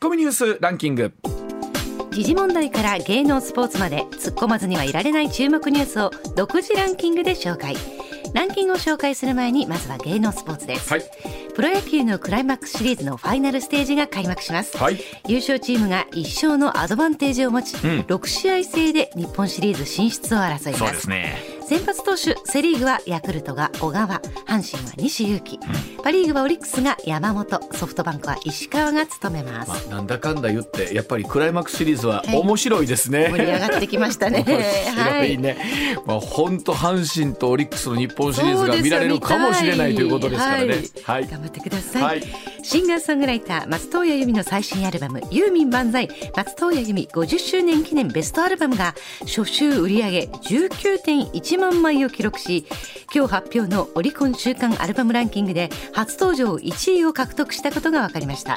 コミニュースランキング。 時事問題から芸能スポーツまで突っ込まずにはいられない注目ニュースを独自ランキングで紹介。ランキングを紹介する前にまずは芸能スポーツです、プロ野球のクライマックスシリーズのファイナルステージが開幕します、優勝チームが1勝のアドバンテージを持ち、6試合制で日本シリーズ進出を争います。 そうですね。 先発投手セリーグはヤクルトが小川、阪神は西勇輝、パリーグはオリックスが山本、ソフトバンクは石川が務めます、 なんだかんだ言ってやっぱりクライマックスシリーズは面白いですね、 盛り上がってきましたね面白いね、本当阪神とオリックスの日本シリーズが見られるかもしれないということですからね、 頑張ってください、シンガーソングライター松任谷由実の最新アルバムユーミン万歳松任谷由実50周年記念ベストアルバムが初週売上 19.1 万枚を記録し、今日発表のオリコン週間アルバムランキングで初登場1位を獲得したことが分かりました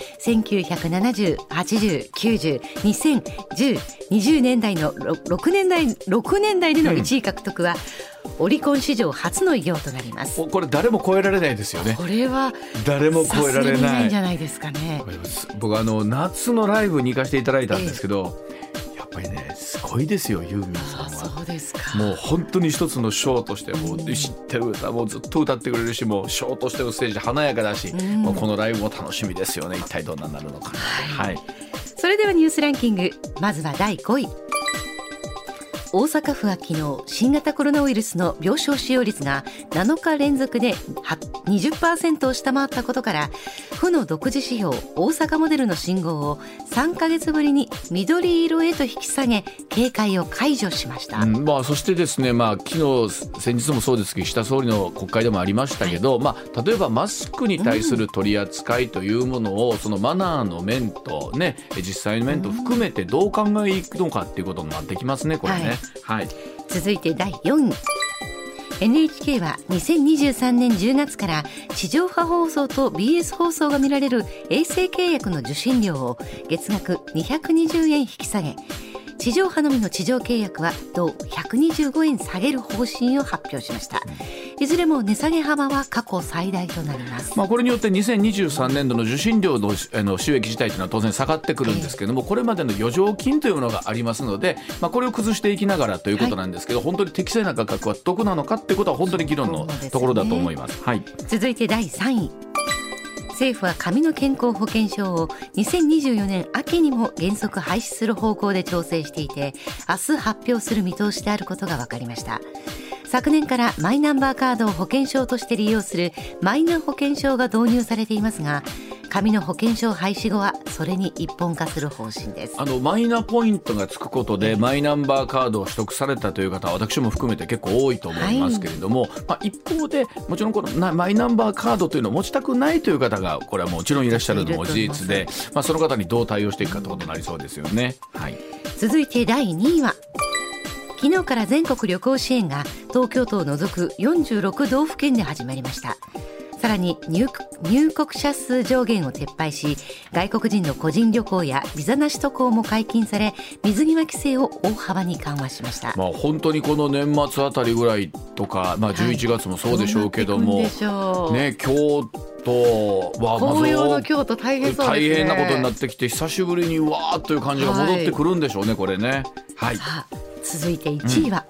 、1970、80、90、2010、20年代の6年代での1位獲得はオリコン史上初の偉業となります。 これ誰も超えられないですよね。 これは誰も超えられないんじゃないですかね。 僕夏のライブに行かせていただいたんですけど、やっぱりねすごいですよユーミンさんは。 そうですか。 もう本当に一つのショーとしてもう知ってる歌もずっと歌ってくれるし、もうショーとしてのステージ華やかだし、もうこのライブも楽しみですよね。一体どんなになるのか、 それではニュースランキング、まずは第5位。大阪府は昨日新型コロナウイルスの病床使用率が7日連続で 20% を下回ったことから、府の独自指標大阪モデルの信号を3ヶ月ぶりに緑色へと引き下げ警戒を解除しました、 そしてですね、昨日先日もそうですけど岸田総理の国会でもありましたけど、例えばマスクに対する取り扱いというものを、そのマナーの面とね実際の面と含めてどう考えていくのかっていうことになってきますね、これね。 続いて第4位。NHK は2023年10月から地上波放送と BS 放送が見られる衛星契約の受信料を月額220円引き下げ、地上波のみの地上契約は同125円下げる方針を発表しました。いずれも値下げ幅は過去最大となります。 これによって2023年度の受信料の収益自体というのは当然下がってくるんですけれども、これまでの余剰金というものがありますので、これを崩していきながらということなんですけど、本当に適正な価格はどこなのかということは本当に議論のところだと思います。 続いて第3位。政府は紙の健康保険証を2024年秋にも原則廃止する方向で調整していて、明日発表する見通しであることが分かりました。昨年からマイナンバーカードを保険証として利用するマイナ保険証が導入されていますが、紙の保険証廃止後はそれに一本化する方針です。 マイナポイントがつくことでマイナンバーカードを取得されたという方は私も含めて結構多いと思いますけれども、一方でもちろんこのマイナンバーカードというのを持ちたくないという方がこれはもちろんいらっしゃるのも事実で、その方にどう対応していくかということになりそうですよね。 続いて第2位は、昨日から全国旅行支援が東京都を除く46道府県で始まりました。さらに入国者数上限を撤廃し、外国人の個人旅行やビザなし渡航も解禁され、水際規制を大幅に緩和しました。 本当にこの年末あたりぐらいとか、11月もそうでしょうけども、京都は紅葉の京都大変そうですね。 大変なことになってきて、久しぶりにわーっという感じが戻ってくるんでしょうね、これね。 続いて1位は、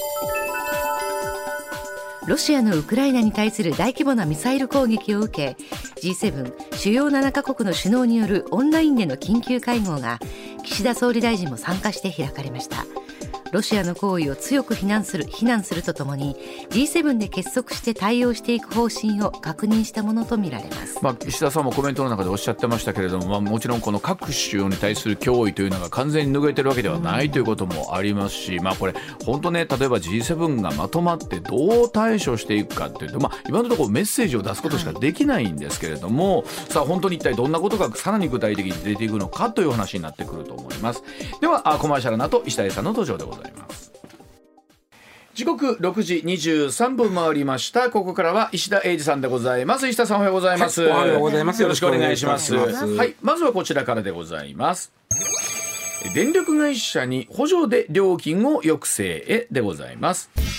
ロシアのウクライナに対する大規模なミサイル攻撃を受け、 G7 主要7カ国の首脳によるオンラインでの緊急会合が岸田総理大臣も参加して開かれました。ロシアの行為を強く非難するとともに G7 で結束して対応していく方針を確認したものとみられます。 岸田さんもコメントの中でおっしゃってましたけれども、もちろんこの各首相に対する脅威というのが完全に拭えてるわけではないということもありますし、これ本当ね、例えば G7 がまとまってどう対処していくかというと、今のところメッセージを出すことしかできないんですけれども、さあ本当に一体どんなことがさらに具体的に出ていくのかという話になってくると思います。ではコマーシャルの後、石田英さんの登場でございます。時刻6時23分回りました。ここからは石田英二さんでございます。石田さん、おはようございます。 おはようございます。 よろしくお願いします。まずはこちらからでございます。電力会社に補助で料金を抑制へでございます。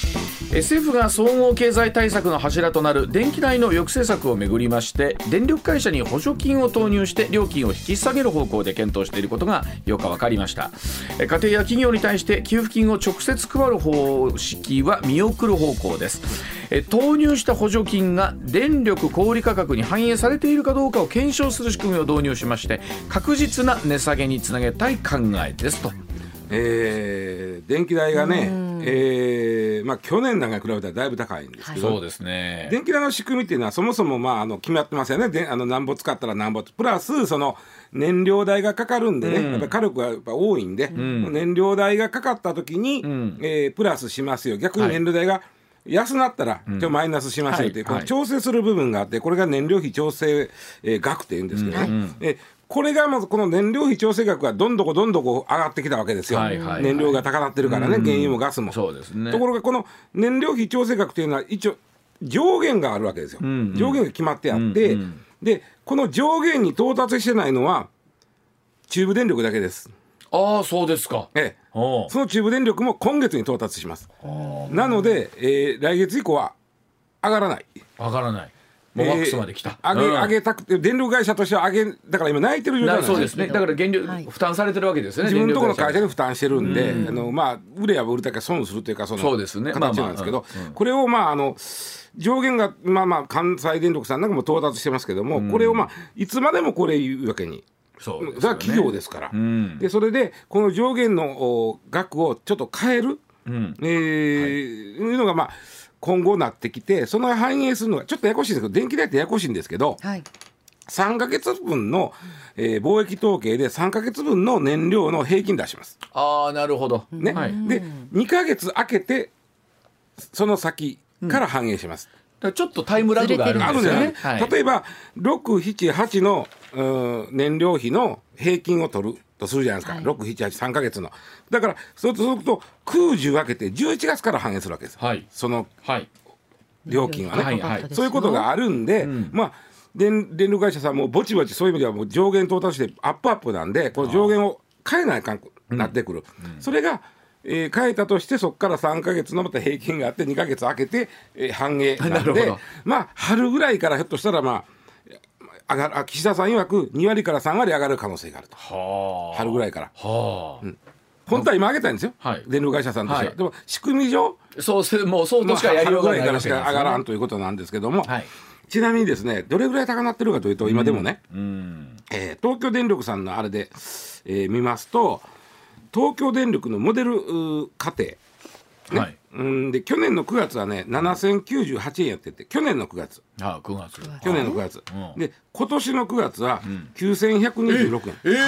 政府が総合経済対策の柱となる電気代の抑制策をめぐりまして、電力会社に補助金を投入して料金を引き下げる方向で検討していることが8日分かりました。家庭や企業に対して給付金を直接配る方式は見送る方向です。投入した補助金が電力小売価格に反映されているかどうかを検証する仕組みを導入しまして、確実な値下げにつなげたい考えですと。 電気代がね、去年なんかに比べたらだいぶ高いんですけど、 そうですね、 電気代の仕組みっていうのはそもそも決まってますよね。で何ぼ使ったら何ぼプラスその燃料代がかかるんでね、やっぱり火力がやっぱ多いんで、燃料代がかかった時に、プラスしますよ。逆に燃料代が安なったらちょっとマイナスしますよっていう、この調整する部分があって、これが燃料費調整額っていうんですけどね、これがまずこの燃料費調整額がどんどこ上がってきたわけですよ、燃料が高なってるからね、原油もガスも。 そうですね。 ところがこの燃料費調整額というのは一応上限があるわけですよ、上限が決まってあって、でこの上限に到達してないのは中部電力だけです。 ああ、そうですか。 その中部電力も今月に到達します。なので、来月以降は上がらない。 もうマックスまで来た。 上げたくて、電力会社としてはだから今泣いてる状態なんです。 そうですね。だから原料、負担されてるわけですよね。 自分のところの会社に負担してるんで、売れば売るだけ損するというか、 そうですね、 形なんですけど、これを上限が関西電力さんなんかも到達してますけども、これをいつまでもこれ言うわけに。それは企業ですから、でそれでこの上限の額をちょっと変える、いうのが今後なってきて、その反映するのがちょっとややこしいんですけど、電気代ってややこしいんですけど、3ヶ月分の、貿易統計で3ヶ月分の燃料の平均出します。 ああ、なるほど、 ね。で2ヶ月空けてその先から反映します。 ちょっとタイムラグがあるんですよね。 例えば6、7、8の燃料費の平均を取るとするじゃないですか、6、7、8、3ヶ月の。だからそうすると空10分けて11月から反映するわけです、その料金はね、そういうことがあるんで、電力会社さんもぼちぼちそういう意味ではもう上限到達してアップなんで、この上限を変えないかんなってくる、それが変えたとして、そこから3ヶ月のまた平均があって2ヶ月空けて、反映なんで、春ぐらいからひょっとしたら岸田さん曰く2割から3割上がる可能性があると。春ぐらいから、本当は今上げたいんですよ、電力会社さんとしては。でも仕組み上もうそうとしかやりようがない春ぐらいからしか上がらんということなんですけども、ちなみにですね、どれぐらい高なってるかというと、今でもね、東京電力さんのあれで、見ますと、東京電力のモデル家庭、で去年の9月はね7098円やってて、去年の9月、去年の9月、で今年の9月は9126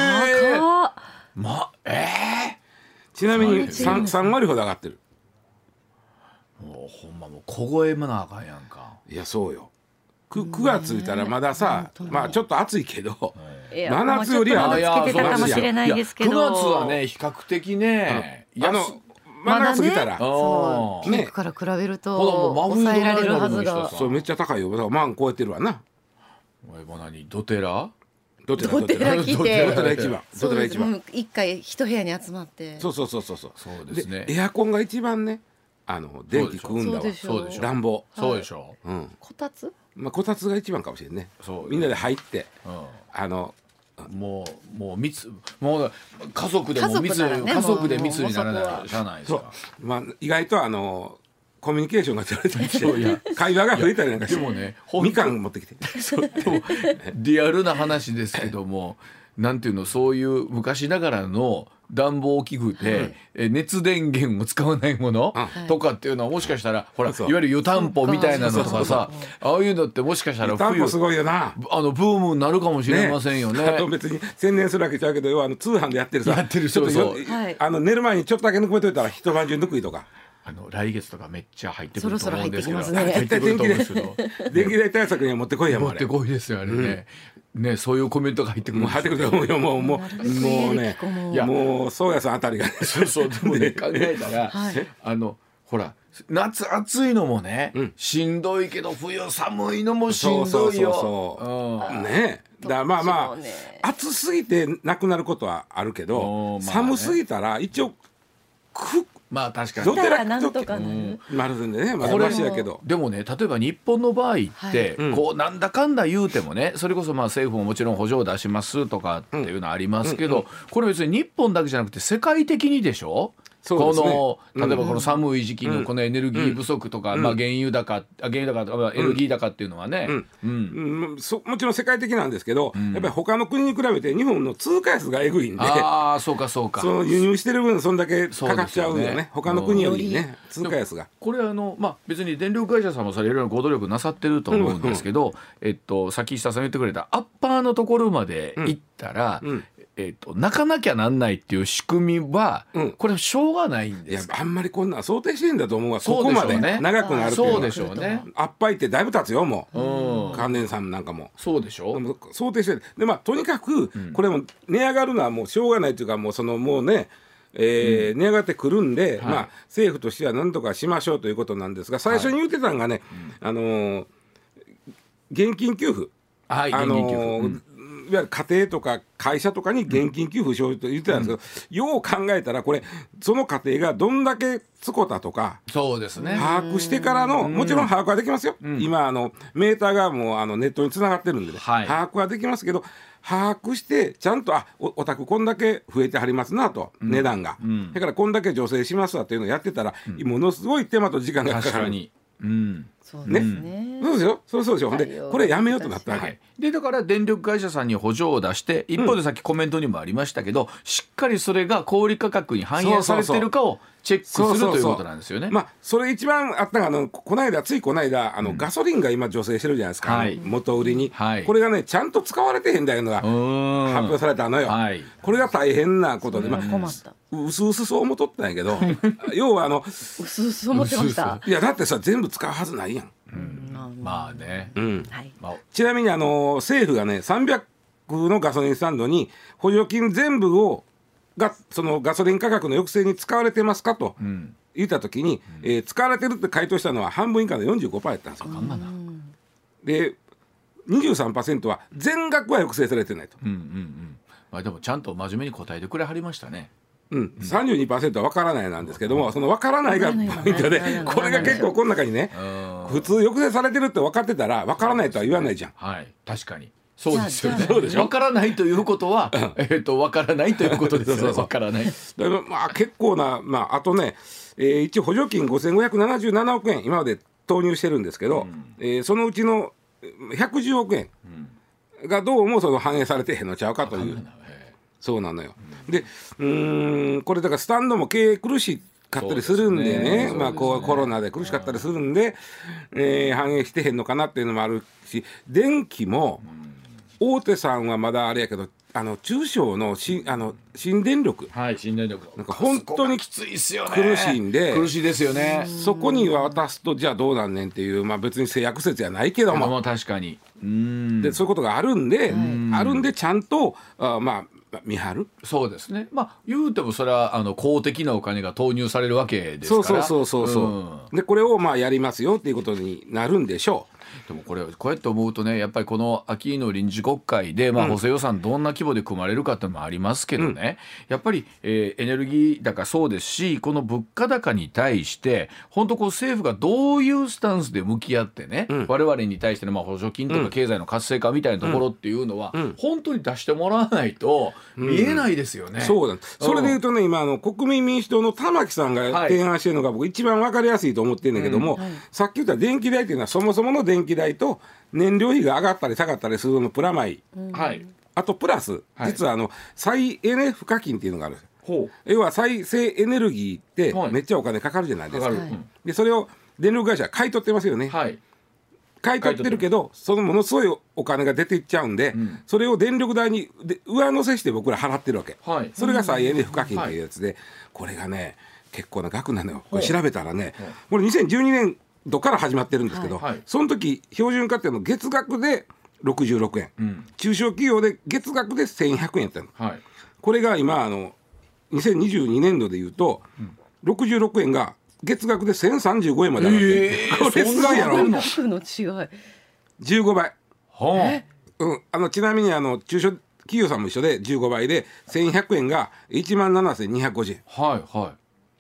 円。ちなみに 3割ほど上がってる。 もうほんまもう凍えもなあかんやんか。 いやそうよ、9月言ったらまださ、ちょっっと暑いけど、真夏よりはつけてたかもしれないですけど、 9月はね比較的ね、 真夏過ぎたらピークから比べると抑えられるはずが、 そうめっちゃ高いよ。だから万超えてるわな。 ドテラ来てドテラ一番一回一部屋に集まって、 そうですね。 エアコンが一番ね電気食うんだわ。暖房そうでしょ。 こたつこたつが一番かもしれんね。みんなで入ってもう密、もう家族でも密、家族で密にならないじゃないですか。 意外とコミュニケーションが取れたりして会話が増えたりなんかして、 でもね、 みかん持ってきてでもリアルな話ですけども、なんていうの、そういう昔ながらの暖房器具で、熱電源を使わないものとかっていうのは、もしかしたらほらいわゆる湯たんぽみたいなのとかさ、ああいうのってもしかしたら冬すごいよな、 ブームになるかもしれませんよね。 あと別に宣伝するわけちゃうけど、通販でやってるさ、 そう寝る前にちょっとだけぬくめといたら一晩中ぬくいとか、 来月とかめっちゃ入ってくると思うんですけど、 絶対電気代対策には持ってこいやもん。 持ってこいですよあれね。ね、そういうコメントが入ってくる。 入ってくると思うよ。もうね、もう宗谷さんあたりがね。 そうでもね、考えたらほら夏暑いのもねしんどいけど、冬寒いのもしんどいよ。 ね、だから暑すぎてなくなることはあるけど、寒すぎたら一応まあ確かにドテラなんとかなる、 なるんでね、まだマシやけど。 でもね、例えば日本の場合って、こうなんだかんだ言うてもね、それこそまあ政府ももちろん補助を出しますとかっていうのはありますけど、これ別に日本だけじゃなくて世界的にでしょ。この例えばこの寒い時期のこのエネルギー不足とか、まあ原油高とかエネルギー高っていうのはね、 もちろん世界的なんですけど、やっぱり他の国に比べて日本の通貨安がえぐいんで、 ああそうかそうか、 その輸入してる分そんだけかかっちゃうよね、他の国よりね、通貨安が。 これまあ別に電力会社さんもそれいろいろご努力なさってると思うんですけど、さっき石田さん言ってくれたアッパーのところまで行ったら、泣かなきゃなんないっていう仕組みは、これしょうがないんですか。 いやあんまりこんな想定してんだと思うわ。ここまで長くなるっていうのは。 そうでしょうね。 アッパイってだいぶ経つよもう、関連さんなんかもそうでしょ。 想定してで、まあとにかくこれも値上がるのはもうしょうがないというか、もうね、値上がってくるんで、まあ政府としては何とかしましょうということなんですが、最初に言ってたのがね、現金給付、いわゆる家庭とか会社とかに現金給付しようと言ってたんですけど、よう考えたらこれその家庭がどんだけ使ったとか、 そうですね、 把握してからの、もちろん把握はできますよ、今メーターがもうネットにつながってるんでね、把握はできますけど、把握してちゃんとお宅こんだけ増えてはりますなと、値段が、だからこんだけ助成しますわっていうのをやってたら、ものすごい手間と時間がかかる。 確かに、 そうですね。 そうですよ、そうでしょ。でこれやめようとなったわけ、 でだから電力会社さんに補助を出して、一方でさっきコメントにもありましたけど、しっかりそれが小売価格に反映されてるかをチェックするということなんですよね。 まあそれ一番あったのがついこの間ガソリンが今助成してるじゃないですか、元売りに、これがねちゃんと使われてへんだよのが発表されたのよ、これが大変なことで、 困った。 うすうすそう思っとったんやけど要はうすうす思ってました。 いやだってさ全部使うはずないやん、 まあね、 ちなみに政府がね300のガソリンスタンドに補助金全部がそのガソリン価格の抑制に使われてますかと言った時に、使われてるって回答したのは半分以下の 45% やったんですよ。で 23% は全額は抑制されてないと、 でもちゃんと真面目に答えてくれはりましたね。 32% は分からないなんですけども、その分からないがポイントで、これが結構この中にね、普通抑制されてるって分かってたら分からないとは言わないじゃん。 確かにそうですよね。分からないということは分からないということですよね。分からない。 まあ結構な、あとね、一応補助金5577億円今まで投入してるんですけど、そのうちの110億円がどうもその反映されてへんのちゃうかという。そうなのよ。でこれだからスタンドも経営苦しかったりするんでね、こうコロナで苦しかったりするんで、反映してへんのかなっていうのもあるし、電気も大手さんはまだあれやけど、中小の新電力、 新電力なんか本当にきついっすよね。苦しいんで、 苦しいですよね。 そこに渡すとじゃあどうなんねんっていう、別に性悪説じゃないけども、 確かにでそういうことがあるんで、ちゃんと見張る。 そうですね。言うてもそれは公的なお金が投入されるわけですから。 でこれをやりますよっていうことになるんでしょう。 でもこうやって思うとね、やっぱりこの秋の臨時国会で、補正予算どんな規模で組まれるかっていうのもありますけどね、やっぱり、エネルギー高そうですし、この物価高に対して本当政府がどういうスタンスで向き合ってね、我々に対しての補助金とか経済の活性化みたいなところっていうのは、本当に出してもらわないと見えないですよね。 そうなんです。それでいうとね、今国民民主党の玉木さんが提案してるのが僕一番分かりやすいと思ってるんだけども、さっき言った電気代っていうのはそもそもの電気代と燃料費が上がったり下がったりするのプラマイ、あとプラス実は再エネ賦課金っていうのがあるんですよ。要は再生エネルギーってめっちゃお金かかるじゃないですか。でそれを電力会社は買い取ってますよね。買い取ってるけど、そのものすごいお金が出ていっちゃうんで、それを電力代に上乗せして僕ら払ってるわけ、それが再エネ賦課金というやつで、これがね結構な額なのよ。これ調べたらね、これ2012年度から始まってるんですけど、その時標準家庭の月額で66円、中小企業で月額で1100円やったの、これが今2022年度でいうと、66円が月額で1035円まで上がって、これすごいやろ。15倍、ちなみに中小企業さんも一緒で15倍で1100円が17250円、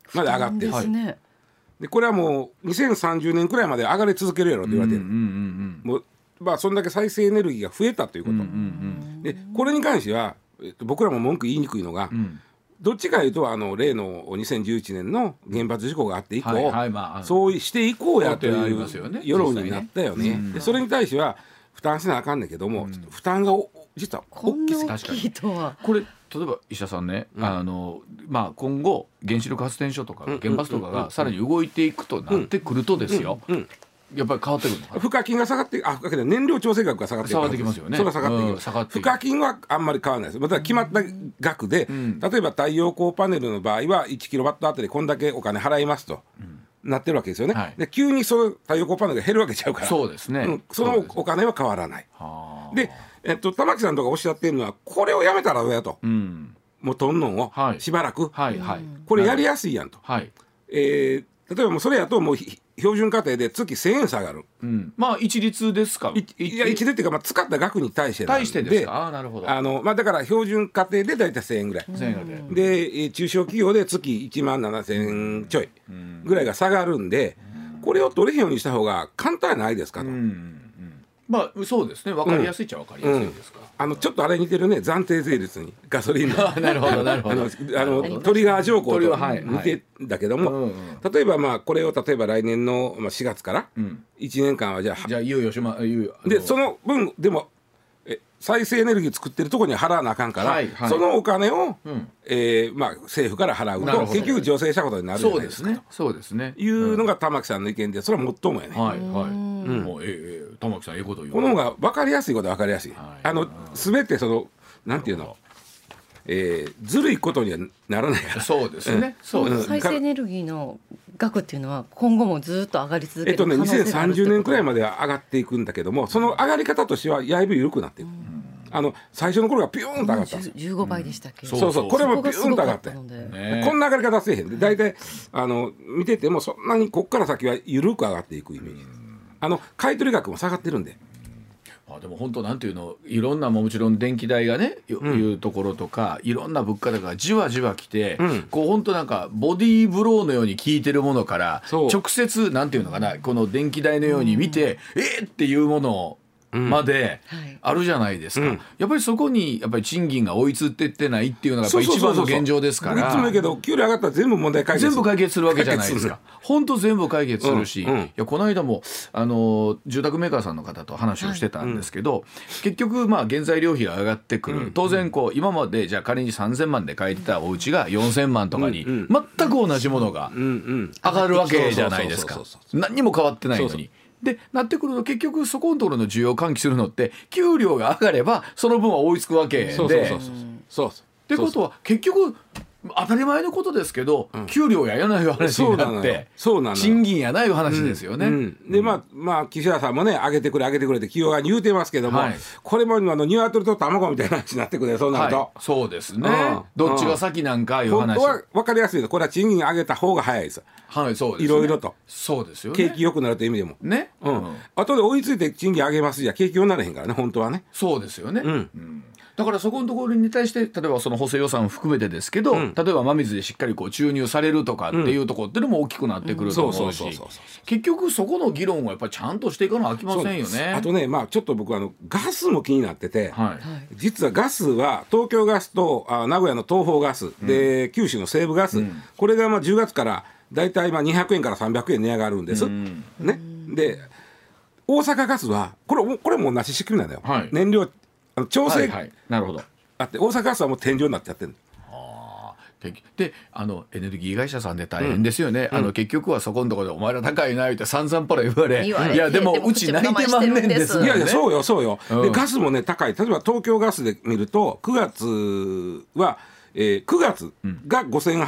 まで上がってるですね。 でこれはもう2030年くらいまで上がり続けるやろって言われてる、もうまあそんだけ再生エネルギーが増えたということ、でこれに関しては、僕らも文句言いにくいのが、どっちかというと例の2011年の原発事故があって以降、そうしていこうやという世論になったよね。でそれに対しては負担しなあかんねんけども、負担が実は大きすぎる。 これ例えば石田さんね、今後原子力発電所とか原発とかがさらに動いていくとなってくるとですよ、やっぱり変わってくるのかな。 賦課金が下がって燃料調整額が下がって下がってきますよね。 それは下がってきます。賦課金はあんまり変わらないです。また決まった額で、例えば太陽光パネルの場合は1キロワットあたりこんだけお金払いますと、なってるわけですよね、で急にその太陽光パネルが減るわけちゃうから、 そうですね、 そのお金は変わらない。で、玉木さんとかおっしゃってるのはこれをやめたらどうやと、もうとんのんをしばらく、これやりやすいやんと、例えばもうそれやともう標準家庭で月1000円下がる、 まあ一律ですか。 いや一律っていうか、使った額に対してなんで、 ですか。なるほど。 だから標準家庭でだいたい1000円ぐらい、で中小企業で月1万7000円ちょいぐらいが下がるんで、これを取れへんようにした方が簡単ないですかと。 まあそうですね、分かりやすいっちゃ分かりやすいですか。 ちょっとあれ似てるね、暫定税率にガソリンのなるほどなるほどトリガー条項と似てんだけども、例えばこれを例えば来年の4月から1年間はじゃあいよいよでその分でも再生エネルギー作ってるところには払わなあかんから、そのお金を、政府から払うと結局助成したことになるじゃないですか。 そうですね。 いうのが玉木さんの意見で、それはもっともやね。 もう玉木さんこと言う。 この方が分かりやすいことは分かりやすい。全てそのなんていうの、ずるいことにはならないから。 そうですね。 再生エネルギーの額っていうのは今後もずっと上がり続ける可能性がある 2030年くらいまでは上がっていくんだけども、その上がり方としてはやいぶ緩くなっていく。最初の頃がピューンと上がった 15倍でしたっけ。 そうこれもピューンと上がって、こんな上がり方せえへんで、大体見ててもそんなにこっから先は緩く上がっていくイメージです。買取額も下がってるんで。 でも本当なんていうの、いろんなもちろん電気代がね、いうところとかいろんな物価高がじわじわきて、こう本当なんかボディーブローのように効いてるものから直接なんていうのかな、この電気代のように見て、っていうものまであるじゃないですか、やっぱりそこにやっぱり賃金が追いついてってないっていうのがやっぱり一番の現状ですから。 いつも言うけど給料上がったら全部問題解決、 全部解決するわけじゃないですか。本当全部解決するし、いやこの間も住宅メーカーさんの方と話をしてたんですけど、結局原材料費が上がってくる、当然こう今までじゃあ仮に3000万で買えてたお家が4000万とかに全く同じものが上がるわけじゃないですか。何にも変わってないのに。でなってくると結局そこのところの需要を喚起するのって給料が上がればその分は追いつくわけで、ってことは結局当たり前のことですけど、給料やない話になって賃金やない話ですよね。 で岸田さんもね上げてくれって企業が言うてますけども、これも鶏と卵みたいな話になってくるよ、そうなると。 そうですね、どっちが先なんかいう話。 本当は分かりやすいです。これは賃金上げた方が早いです。 そうですね、 いろいろと。 そうですよね。 景気良くなるという意味でもね、 後で追いついて賃金上げますじゃ景気良くなれへんからね、本当はね。 そうですよね。だからそこのところに対して例えばその補正予算を含めてですけど、例えば真水でしっかりこう注入されるとかっていうところっていうのも大きくなってくると思うし、結局そこの議論はやっぱりちゃんとしていかなきゃいけませんよね。 あとね、ちょっと僕ガスも気になってて、実はガスは東京ガスと名古屋の東邦ガスで、九州の西部ガス、これが10月からだいたい200円から300円値上がるんです、ね。で大阪ガスはこれも同じ仕組みなんだよ、燃料調整なるほどあって、大阪ガスはもう天井になっちゃってる。 でエネルギー会社さんで大変ですよね、結局はそこのところでお前ら高いなって散々パラ言われ、いやでもうち泣いてまんねんですよね。 いやそうよ、でガスもね高い。例えば東京ガスで見ると9月は、9月が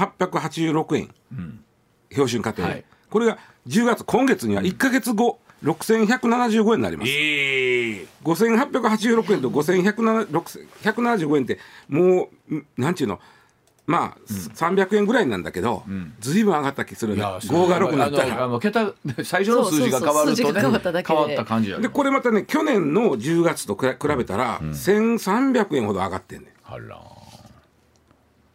5886円、標準家庭、これが10月今月には1か月後6175円になります。5886円と5175円ってもうなんちゅうの、300円ぐらいなんだけど、ずいぶん上がった気するね。5が6になったら桁最初の数字が変わるとね、変わった感じで、これまたね去年の10月と比べたら1300円ほど上がってんねん。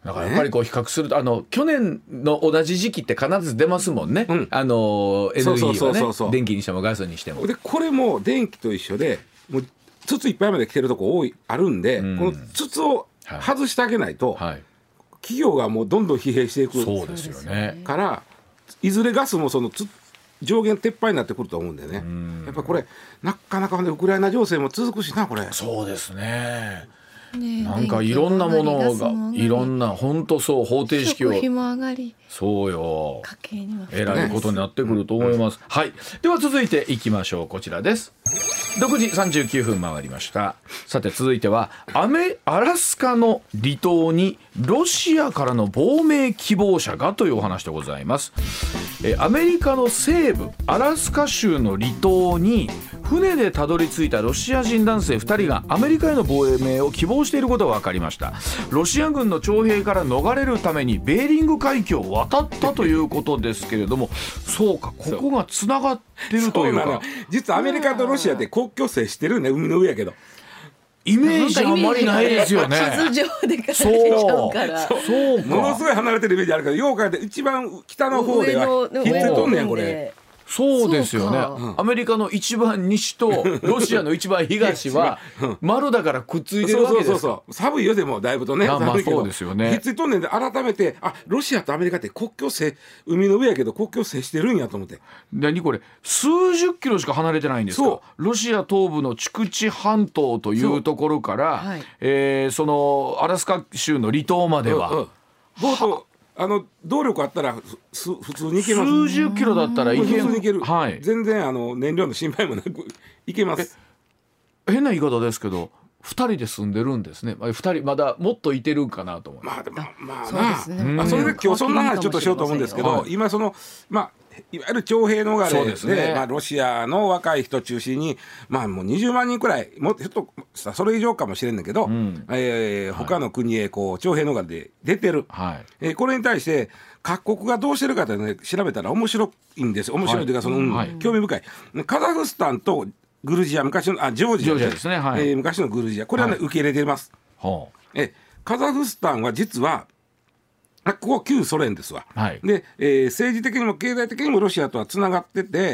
だからやっぱりこう比較すると、去年の同じ時期って必ず出ますもんね、エネルギーはね、電気にしてもガスにしても。 でこれも電気と一緒でもう筒いっぱいまで来てるとこあるんで、この筒を外してあげないと、企業がもうどんどん疲弊していく。 そうですよね。 からいずれガスもその上限撤廃になってくると思うんでね、やっぱりこれなかなかウクライナ情勢も続くしなこれ。 そうですね。なんかいろんなものがいろんな本当そう方程式を食費も上がり、 そうよ、 家計にはえらいことになってくると思います、はい。では続いていきましょう。こちらです。6時39分回りました。さて続いてはアラスカの離島にロシアからの亡命希望者がというお話でございます。アメリカの西部アラスカ州の離島に船でたどり着いたロシア人男性2人がアメリカへの亡命を希望していることが分かりました。ロシア軍の徴兵から逃れるためにベーリング海峡を渡ったということですけれども、そうか、ここがつながってるというか、 実はアメリカとロシアって国境接してるね、海の上やけどイメージあんまりないですよね。 地図上で書かれちゃうからそうものすごい離れてるイメージあるけど、ようかで一番北の方ではひっついとんねやこれ。 そうですよね、アメリカの一番西とロシアの一番東は丸だからくっついてるわけですか。 そう寒いよでもだいぶとね、寒いけどそうですよね、 ひっついとんねんで、改めてロシアとアメリカって国境海の上やけど国境接してるんやと思って。 何これ数十キロしか離れてないんですか。そうロシア東部のチクチ半島というところから、そのアラスカ州の離島までは、 ボート動力あったら普通に行けます。 数十キロだったら行ける、 普通に行ける、全然燃料の心配もなく行けます。 変な言い方ですけど2人で住んでるんですね。2人まだもっといてるんかなと思う。 それで今日そんな話ちょっとしようと思うんですけど、今いわゆる徴兵逃れで、ロシアの若い人中心に、もう20万人くらい、もっとちょっとそれ以上かもしれんだけど、他の国へこう徴兵逃れで出てる、これに対して各国がどうしてるかというのを調べたら面白いんです。面白いというか興味深い。カザフスタンとグルジア、昔のジョージアですね、昔のグルジア、これは、受け入れてます。カザフスタンは実はここは旧ソ連ですわ、で政治的にも経済的にもロシアとはつながってて、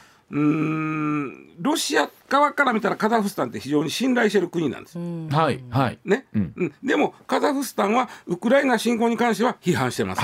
ロシア側から見たらカザフスタンって非常に信頼している国なんです。でもカザフスタンはウクライナ侵攻に関しては批判してます。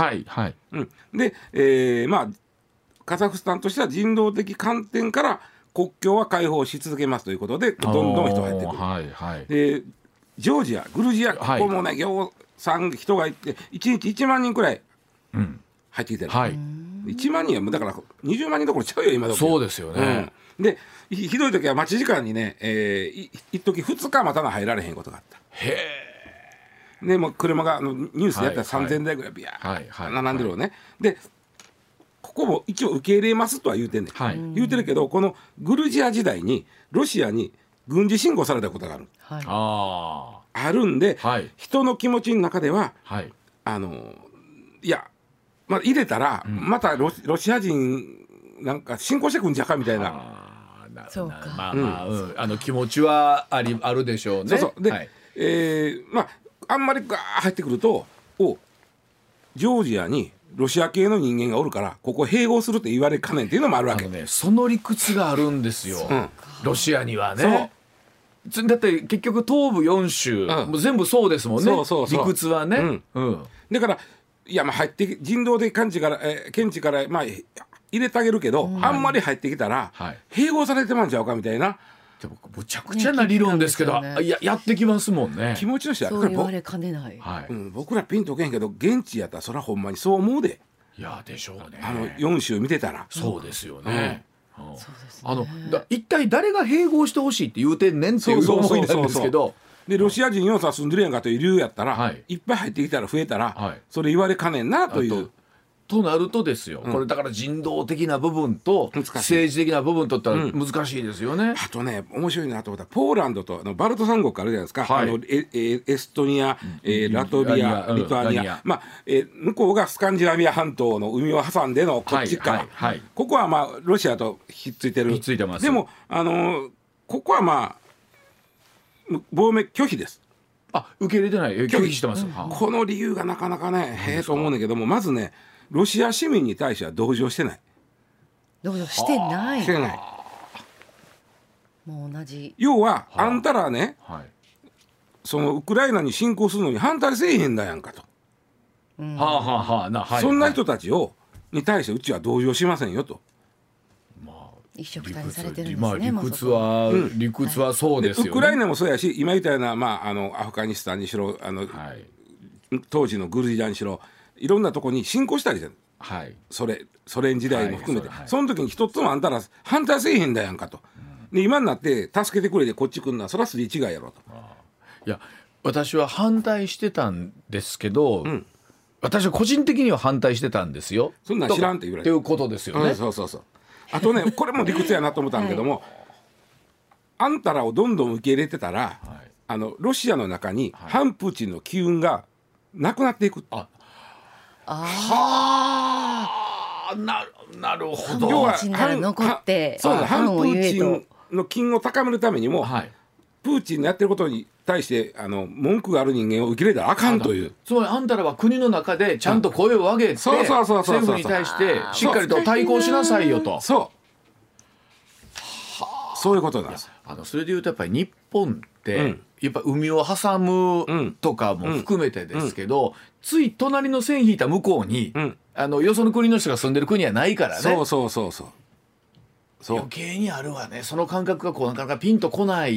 で、カザフスタンとしては人道的観点から国境は開放し続けますということで、どんどん人が入ってくる。ジョージア、グルジア、ここもね、人がいて1日1万人くらい入ってきてる、1万人はだから20万人どころちゃうよ今どころ。 そうですよね、 でひどい時は待ち時間にね、一時2日待たな入られへんことがあった。でもう車がニュースでやったら3000台ぐらいビャー並んでるのね。でここも一応受け入れますとは言うてんねん、言うてるけど、このグルジア時代にロシアに軍事侵攻されたことがある、あるんで、人の気持ちの中では、いや、入れたら、またロシア人なんか侵攻してくんじゃかみたいな、 気持ちはあるでしょうね。 で、あんまりガー入ってくると、ジョージアにロシア系の人間がおるからここ併合するって言われかねんっていうのもあるわけ。 その理屈があるんですよ、ロシアにはね。だって結局東部4州、もう全部そうですもんね、理屈はね。だから入って人道的見地から入れてあげるけど、あんまり入ってきたら、併合されてまんちゃうかみたいな。 むちゃくちゃな理論ですけど、やってきますもんね。 気持ちとしてはそう言われかねない、 僕らピンとけんけど現地やったらそれはほんまにそう思うで。 いやでしょうね。 4州見てたらそうですよね。一体誰が併合してほしいって言うてんねんっていう思いなんですけど、 でロシア人4歳住んでるやんかという理由やったら、いっぱい入ってきたら増えたら、それ言われかねんなという。 となるとですよ、これだから人道的な部分と政治的な部分とったら難しいですよね。 あとね、面白いなと思ったらポーランドとバルト三国あるじゃないですか、エストニア、ラトビア、リトアニア、向こうがスカンジナビア半島の海を挟んでのこっち側、ここはロシアとひっついてる。 ひっついてます。 でもここは亡命拒否です。 受け入れてない、拒否してます、 この理由がなかなかねへえと思うんだけども、まずねロシア市民に対しては同情してない。 同情してない。 してない。 もう同じ。 要はあんたらね、そのウクライナに侵攻するのに反対せえへんだやんかと、そんな人たちに対してうちは同情しませんよと。 一緒くたにされてるんですね。 理屈はそうですよね。 ウクライナもそうやし、今言ったような、アフガニスタンにしろ当時のグルジアにしろいろんなとこに侵攻したりしてる、ソ連時代も含めて、その時に一つもあんたら反対せえへんだやんかと、で今になって助けてくれてこっち来るのはそらすり違いやろと。 いや私は反対してたんですけど、私は個人的には反対してたんですよ。 そんなん知らんって言われてっていうことですよね。 そうあとねこれも理屈やなと思ったんだけども、あんたらをどんどん受け入れてたら、ロシアの中に反プーチンの機運がなくなっていく。 なるほど。 要は反プーチンの機運を高めるためにも、プーチンのやってることに対して文句がある人間を受け入れたらあかんという。 つまりあんたらは国の中でちゃんと声を上げて政府に対してしっかりと対抗しなさいよと。 そういうことなんです。 それでいうとやっぱり日本ってやっぱ海を挟むとかも含めてですけど、つい隣の線引いた向こうによその国の人が住んでる国はないからね。余計にあるわね、その感覚がなかなかピンとこない。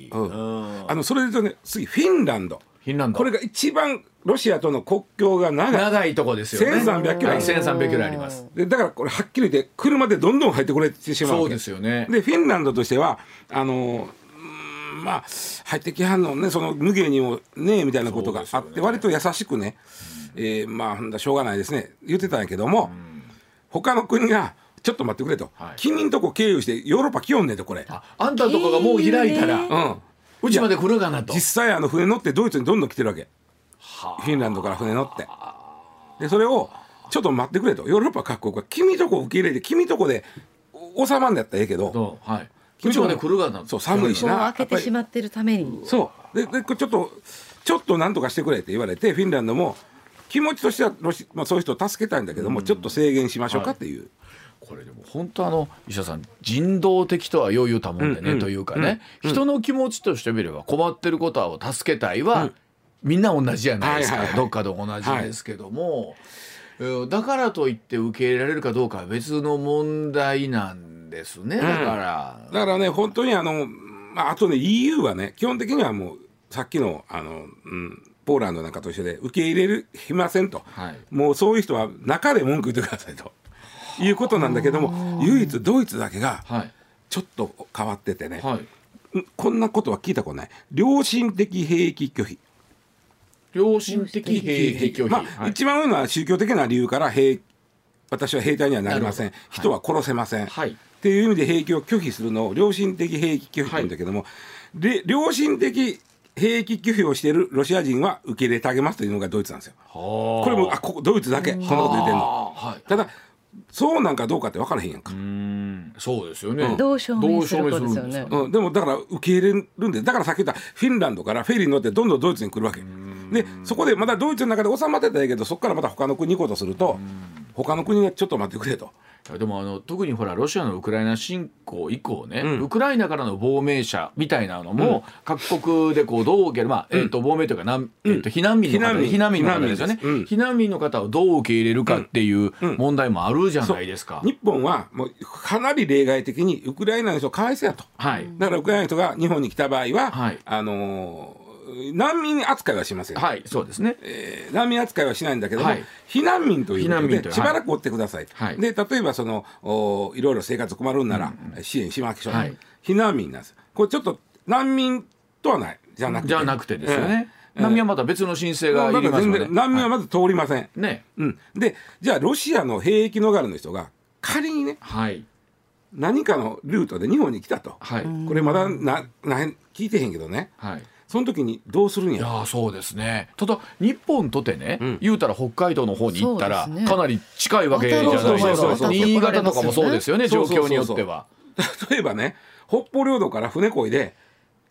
それで言うとね、次フィンランド、これが一番ロシアとの国境が長いとこですよね。 1300キロ、 1300キロあります。 でだからこれはっきり言って車でどんどん入ってこれてしまうわけ。 そうですよね。 でフィンランドとしては入ってきはんのね、その無限にもねみたいなことがあって、割と優しくね、しょうがないですね言ってたんやけども、他の国がちょっと待ってくれと、君んとこ経由してヨーロッパ来よんねんと、これあんたのとこがもう開いたら、うちまで来るかなと。 実際船乗ってドイツにどんどん来てるわけ。フィンランドから船乗って、でそれをちょっと待ってくれと、ヨーロッパ各国は君とこ受け入れて君とこで収まんのやったらええけど、 うちまで来るかな。 そう寒いしな、 開けてしまってるために。 そうでちょっとなんとかしてくれって言われて、フィンランドも気持ちとしてはそういう人を助けたいんだけども、ちょっと制限しましょうかっていう。 これでも本当石田さん、人道的とはよう言うたもんでね、というかね、人の気持ちとしてみれば困ってることを助けたいは、みんな同じじゃないですか、どっかで同じですけども、だからといって受け入れられるかどうかは別の問題なんですね。だからね、 本当にあとね EU はね基本的にはもうさっきのポーランドなんかと一緒で受け入れませんと、もうそういう人は中で文句言ってくださいということなんだけども、唯一ドイツだけがちょっと変わっててね、こんなことは聞いたことない。良心的兵役拒否。 良心的兵役拒否、 一番多いのは宗教的な理由から私は兵隊にはなりません、人は殺せません、っていう意味で兵役を拒否するのを良心的兵役拒否って言うんだけども、良心的兵役拒否をしているロシア人は受け入れてあげますというのがドイツなんですよ。これもここドイツだけこんなこと言ってんの。ただそうなんかどうかって分からへんやんか。 そうですよね。 どう証明するかですよね。 でもだから受け入れるんで、だからさっき言ったフィンランドからフェリーに乗ってどんどんドイツに来るわけで、そこでまだドイツの中で収まってたらいいけど、そこからまた他の国に行こうとすると、他の国がちょっと待ってくれと。 でも特にほらロシアのウクライナ侵攻以降ね、ウクライナからの亡命者みたいなのも、各国でどう受ける、亡命というか避難民の方ですよね。避難民の方をどう受け入れるかっていう問題もあるじゃないですか。 日本はもうかなり例外的にウクライナの人かわいそうやと、だからウクライナの人が日本に来た場合は、難民扱いはしません。 そうですね。 難民扱いはしないんだけども、避難民ということでしばらく追ってください。で例えばいろいろ生活困るんなら支援しましょう。避難民なんです。これちょっと難民とはないじゃなくてですよね。難民はまた別の申請がいりますので、 難民はまず通りません。でじゃあロシアの兵役逃れの人が仮にね、何かのルートで日本に来たと、これまだ聞いてへんけどね、その時にどうするんや。 いやそうですね。ただ日本とてね、言うたら北海道の方に行ったらかなり近いわけじゃないですか。新潟とかもそうですよね、状況によっては。 例えばね、北方領土から船漕いで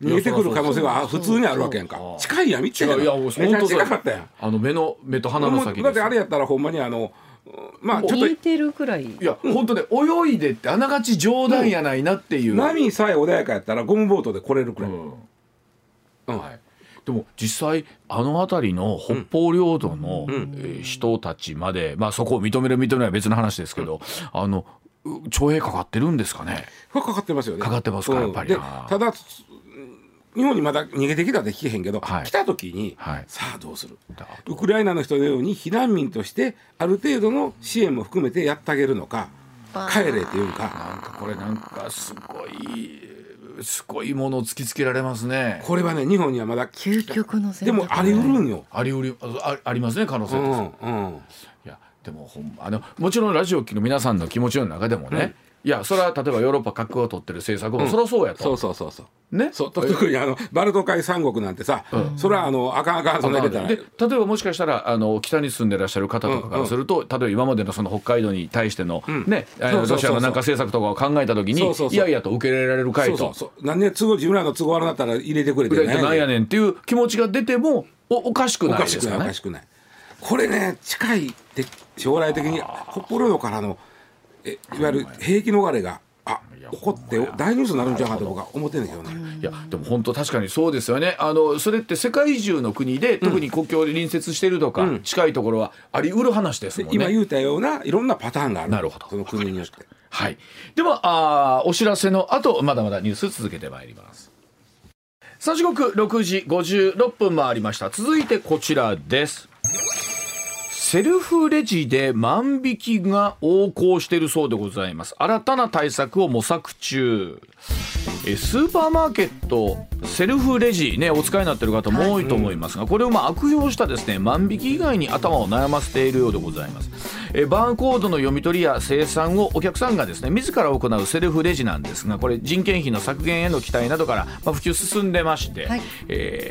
逃げてくる可能性は普通にあるわけやんか。近いやん、見て違う、いや、もう本当近かったやん。 目と鼻の先です。 だってあれやったらほんまにまあちょっと似てるくらい。 いや、本当ね、泳いでってあながち冗談やないなっていう、 波さえ穏やかやったらゴムボートで来れるくらい、 はい。でも実際あの辺りの北方領土の、人たちまで、まあ、そこを認める認めないは別の話ですけど、徴兵かかってるんですかね。 かかってますよね。 かかってますか、やっぱり。 でただ日本にまだ逃げてきたって聞けへんけど、来た時に、さあどうする、ウクライナの人のように避難民としてある程度の支援も含めてやってあげるのか、帰れっていうか、 なんかこれなんかすごいものを突きつけられますね。 これはね、日本にはまだ究極の選択、 でもありうるんよ。 ありますね、可能性として。いやでももちろんラジオの皆さんの気持ちの中でもね、いや、それは例えばヨーロッパ核を取ってる政策もそりゃそうやと、 そうね、特にバルト海三国なんてさ、それはあかんそんな入れたら。 で例えばもしかしたら北に住んでらっしゃる方とかからすると、例えば今までのその北海道に対しての、ロシアの南下政策とかを考えた時に、いやいやと受け入れられるかいと、 なんで自分らの都合悪なったら入れてくれてなんやねんっていう気持ちが出てもおかしくないですかね。 おかしくない。これね、近いって将来的に北方領土からのいわゆる兵器逃れが起こって大ニュースになるんじゃないかと僕は思ってるんですよね。 いやでも本当確かにそうですよね。それって世界中の国で、特に国境で隣接しているとか、近いところはあり得る話ですもんね。 今言うたようないろんなパターンがある。 なるほど。 その国によって。 はい。ではお知らせの後、まだまだニュース続けてまいります。さあ時刻6時56分回りました。続いてこちらです。セルフレジで万引きが横行しているそうでございます。新たな対策を模索中。スーパーマーケットセルフレジね、お使いになっている方も多いと思いますが、これを悪用したですね、万引き以外に頭を悩ませているようでございます。バーコードの読み取りや精算をお客さんがですね自ら行うセルフレジなんですが、これ人件費の削減への期待などから、普及進んでまして、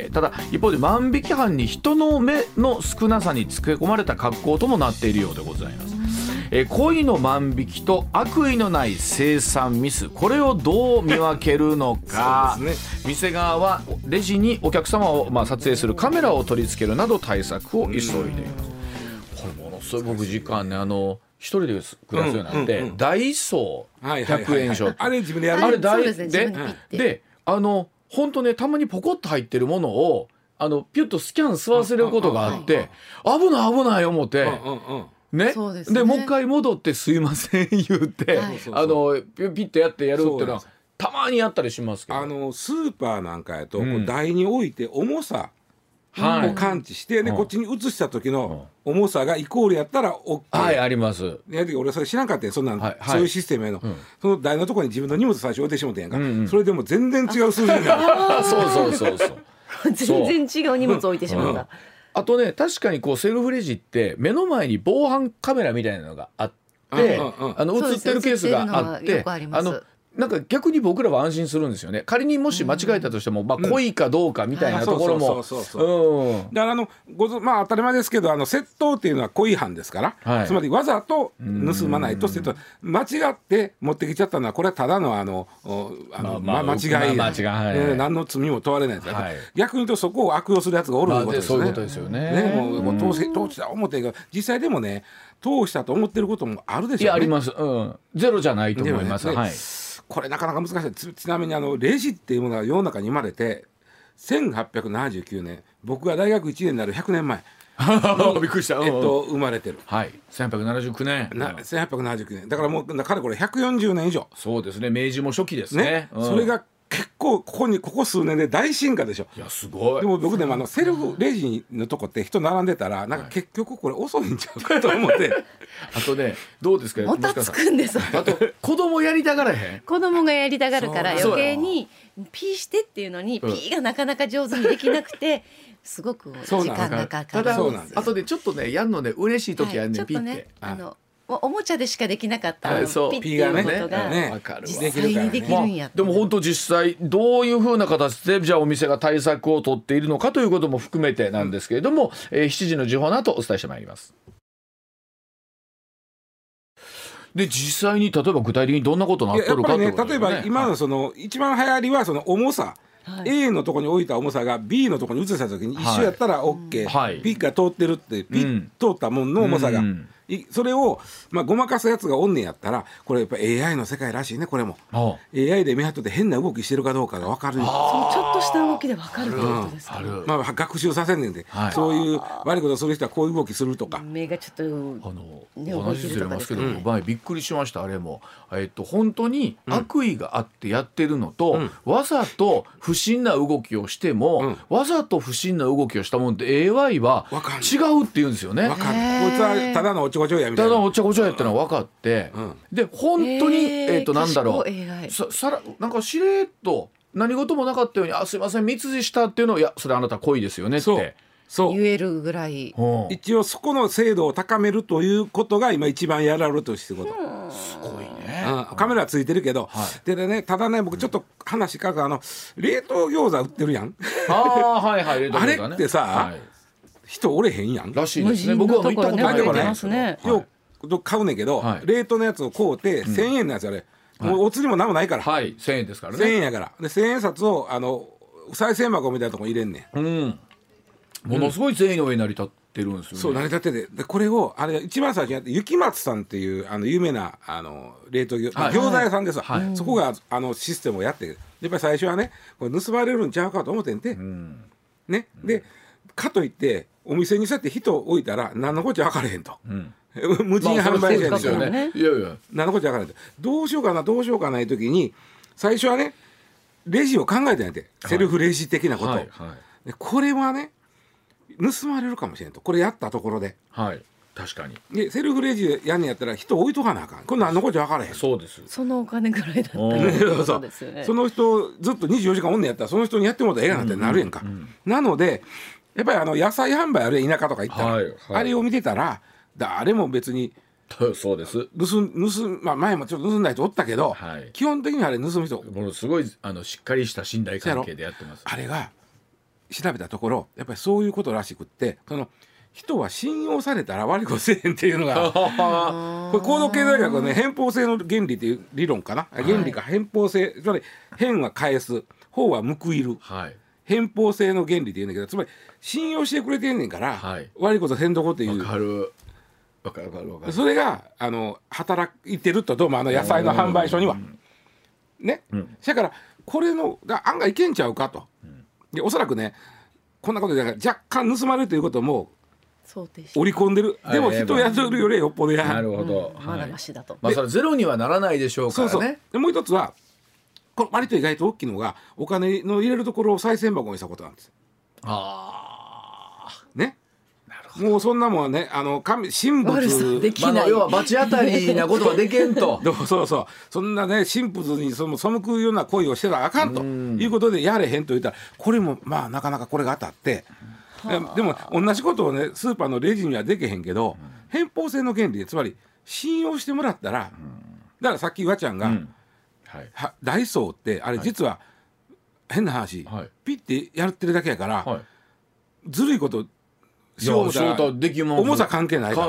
ただ一方で万引き犯に人の目の少なさにつけ込まれた格好ともなっているようでございます。故意の万引きと悪意のない精算ミス、これをどう見分けるのかそうですね。 店側はレジにお客様を撮影するカメラを取り付けるなど対策を急いでいます。これものすごく時間ね、一人で暮らすようになって、ダイソー100円ショップ、 あれ自分でやる。 あれで本当ね、たまにポコッと入ってるものをピュッとスキャン吸わせることがあって、危ない思ってね、でもう一回戻ってすいません言って、ピッとやってやるっていうのはたまにやったりしますけど、 スーパーなんかやと、台に置いて重さを感知して、こっちに移した時の重さがイコールやったら OK。 はい、あります。 俺それ知らんかったよ、そんなん、そういうシステムやの、その台のところに自分の荷物最初置いてしもてんやんか、それでも全然違う数字になる。 そう全然違う荷物置いてしまった。 あとね、確かにセルフレジって目の前に防犯カメラみたいなのがあって、映ってるケースがあって、なんか逆に僕らは安心するんですよね。仮にもし間違えたとしても、故意かどうかみたいなところも、 だから当たり前ですけど、窃盗っていうのは故意犯ですから、つまりわざと盗まないと窃盗、間違って持ってきちゃったのはこれはただの間違い、何の罪も問われないですから、逆に言うとそこを悪用するやつがおるということですね。 そういうことですよね。 もう通した思ってるけど、実際でもね、通したと思ってることもあるでしょうね。 いや、あります。ゼロじゃないと思います。 これなかなか難しい。ちなみにレジっていうものが世の中に生まれて1879年、僕が大学1年になる100年前びっくりした。 生まれてる。 はい、1879年。 1879年だからもうかれこれ140年以上。 そうですね、明治も初期ですね。 それが結構ここ数年で大進化でしょ。 いや、すごい。 でも僕でもセルフレジのとこって人並んでたら、なんか結局これ遅いんちゃうかと思ってあとね、どうですか、 もたつくんです。 あと子供やりたがらへん。 子供がやりたがるから余計にピーしてっていうのに、ピーがなかなか上手にできなくてすごく時間がかかる。 ただあとでちょっとね、やるのね、嬉しい時やんねん、ピーって。 おもちゃでしかできなかったピッていうことが実際にできるんやって。 でも本当実際どういうふうな形でじゃあお店が対策を取っているのかということも含めてなんですけれども、7時の時報の後お伝えしてまいります。で実際に例えば具体的にどんなことになってるかということですね。 例えば今のその一番流行りはその重さはい、A のとこに置いた重さが B のとこに移した時に一緒やったら OK、はい、ピッが通ってるってピッ通ったもんの重さが、それを、ごまかすやつがおんねんやったらこれやっぱ AI の世界らしいね。これも AI で見張っとって変な動きしてるかどうかが分かる。 そうちょっとした動きで分かるってことですか。 学習させんねんで、はい、そういう悪いことする人はこういう動きするとか。 目がちょっと話ずれますけど、前びっくりしました。あれも、本当に悪意があってやってるのと、わざと不審な動きをしても、わざと不審な動きをしたもんって AI は違うって言うんですよね。 分かる。こいつはただのおちょこちょやみたいな。 ただのおちょこちょやってのは分かって、で本当になんだろう、なんかしれっと何事もなかったように、あ、すいません密事したっていうのを、いやそれあなた恋ですよねってそう言えるぐらい、 一応そこの精度を高めるということが今一番やられるとしてること。 すごいね、 カメラついてるけど、でね、ただね、僕ちょっと話かく、冷凍餃子売ってるやん。 はいはい、冷凍餃子ね。 あれってさ、人おれへんやんらしいですね。僕は行ったことないね。よく買うねんけど、冷凍のやつを買うて1000円のやつ、あれもうお釣りも何もないから、 1000円ですからね。 1000円やから、で1000円札を再銭箱みたいなとこに入れんねん。 ものすごい繊維の上に成り立ってるんですよね。 そう、成り立ってて、でこれを一番最初にやって雪松さんっていう有名な冷凍餃子屋さんですわ、そこがシステムをやってやっぱり最初はね、これ盗まれるんちゃうかと思ってんて、ね、でかといってお店にそうやって人を置いたら何のこっちゃ分からへんと、無人販売者ですよね。何のこっちゃ分からへんと、どうしようかないう時に最初はねレジを考えてんやって、セルフレジ的なこと、でこれはね盗まれるかもしれんと、これやったところで、 確かに。 でセルフレジやんねやったら人置いとかなあかん、これ何のこっちゃ分からへん。 そうです。 そのお金ぐらいだったらそうですよね。その人ずっと24時間おんねやったらその人にやってもらったらええがなってなるやんか、なのでやっぱり野菜販売あるいは田舎とか行ったら、あれを見てたら誰も別にそうです。 前もちょっと盗んだ人おったけど、基本的にあれ盗む人ものすごいしっかりした信頼関係でやってます。 あれが調べたところやっぱりそういうことらしくって、その人は信用されたら悪いことせえへんっていうのがこれ行動経済学のね、偏方性の原理っていう理論かな、原理か偏方性、つまり偏は返す、方は報いる、偏方性の原理っていうんだけど、つまり信用してくれてんねんから、悪いことせんとこっていう。 わかる。 それが働いてると、どうも野菜の販売所にはね、だからこれのが案外いけんちゃうかと、でおそらくねこんなことで若干盗まれるということも織り込んでる。でも人雇うよりよっぽどや。 なるほど。 まだましだと。 それゼロにはならないでしょうからね。 でもう一つはこれ割と意外と大きいのが、お金の入れるところを賽銭箱にしたことなんです。ね。もうそんなもんはね、神仏できない、 要は罰当たりなことはできんとそうそんなね神仏に背くような行為をしてたらあかんということでやれへんと言ったら、これもなかなかこれが当たって、でも同じことをねスーパーのレジにはできへんけど、偏方性の原理で、つまり信用してもらったら、だからさっきわちゃんが、ダイソーってあれ実は変な話、ピッてやってるだけやから、ずるいこと重さ関係ないから、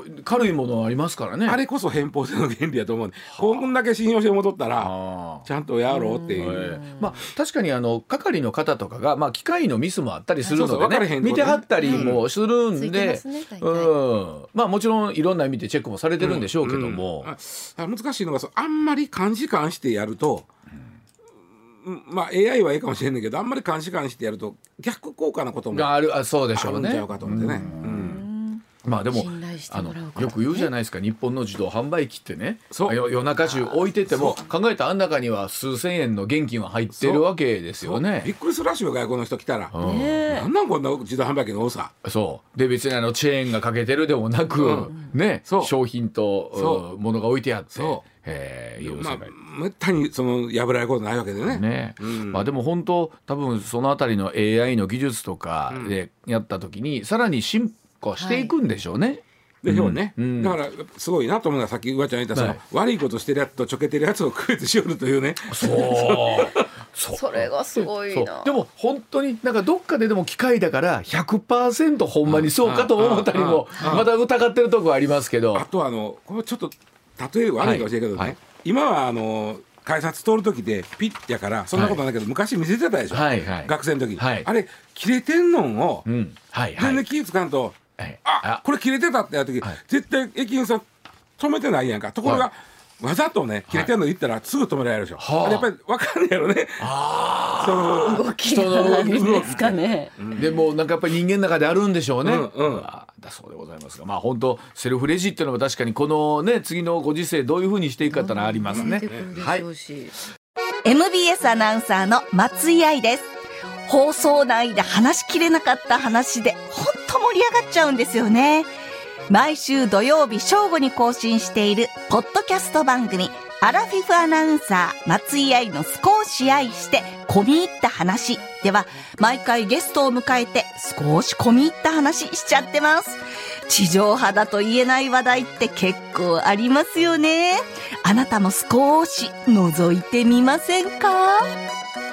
軽いものありますからね。 あれこそ偏方性の原理だと思うんで、こんだけ信用して戻ったらちゃんとやろうっていう。 確かに係の方とかが、機械のミスもあったりするのでね、見てはったりもするんで、もちろんいろんな意味でチェックもされてるんでしょうけども、 難しいのがあんまり監視官してやると、AI はいいかもしれないけど、あんまり監視官してやると逆効果なこともあるんちゃうかと思ってね。 でもよく言うじゃないですか、日本の自動販売機ってね、夜中中置いてても考えたらあん中には数千円の現金は入ってるわけですよね。 びっくりするらしいよ、外国の人来たら。なんなんこんな自動販売機の多さ。 そうで、別にチェーンがかけてるでもなく、商品と物が置いてあって、 めったに破られることないわけでね。 でも本当多分そのあたりの AI の技術とかでやった時にさらに進化していくんでしょうね。 でしょうね。だからすごいなと思うのは、さっきうわちゃん言った悪いことしてるやつとちょけてるやつを区別しよるというね。 それがすごいな。 でも本当にどっかででも機械だから 100% ほんまにそうかと思ったりもまた疑ってるとこありますけど、 あとこれちょっと例え悪いかもしれないけどね、今は改札通る時でピッやからそんなことないけど、昔見せてたでしょ、 はいはい、 学生の時に、 はい、 あれ切れてんのんを、 うんはいはい、 全然気ぃつかんと、 はい、 これ切れてたってやる時、はい、絶対駅員さん止めてないやんか。ところが、はい、わざとね切れてんの言ったらすぐ止められるでしょ、はい、あれやっぱり分かんないやろね。その動きが何ですかね、 でもなんかやっぱり人間の中であるんでしょうね、だそうでございますが、まあ本当セルフレジっていうのは確かにこのね次のご時世どういうふうにしていくかってのはありますね。 はい、 MBS アナウンサーの松井愛です。放送内で話しきれなかった話で本当盛り上がっちゃうんですよね。毎週土曜日正午に更新しているポッドキャスト番組アラフィフアナウンサー松井愛の少し愛して込み入った話では、毎回ゲストを迎えて少し込み入った話しちゃってます。地上波だと言えない話題って結構ありますよね。あなたも少し覗いてみませんか？